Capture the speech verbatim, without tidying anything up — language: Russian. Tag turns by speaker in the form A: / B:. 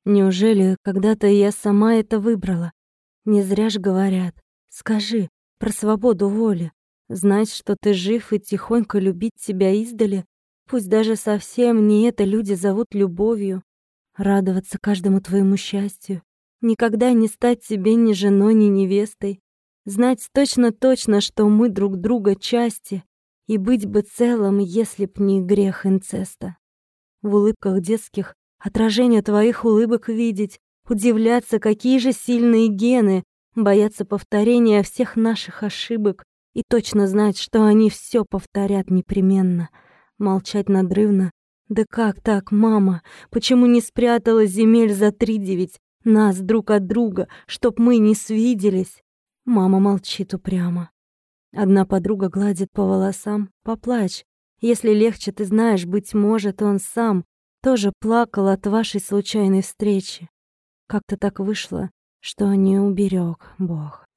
A: Неужели когда-то я сама это выбрала? Не зря ж говорят. Скажи про свободу воли. Знать, что ты жив, и тихонько любить тебя издали. Пусть даже совсем не это люди зовут любовью. Радоваться каждому твоему счастью. Никогда не стать себе ни женой, ни невестой. Знать точно-точно, что мы друг друга части. И быть бы целым, если б не грех инцеста. В улыбках детских отражение твоих улыбок видеть, удивляться, какие же сильные гены, бояться повторения всех наших ошибок и точно знать, что они все повторят непременно. Молчать надрывно. Да как так, мама? Почему не спрятала земель за тридевять нас друг от друга, чтоб мы не свиделись? Мама молчит упрямо. Одна подруга гладит по волосам. Поплачь. Если легче, ты знаешь, быть может, он сам тоже плакал от вашей случайной встречи. Как-то так вышло, что не уберег Бог.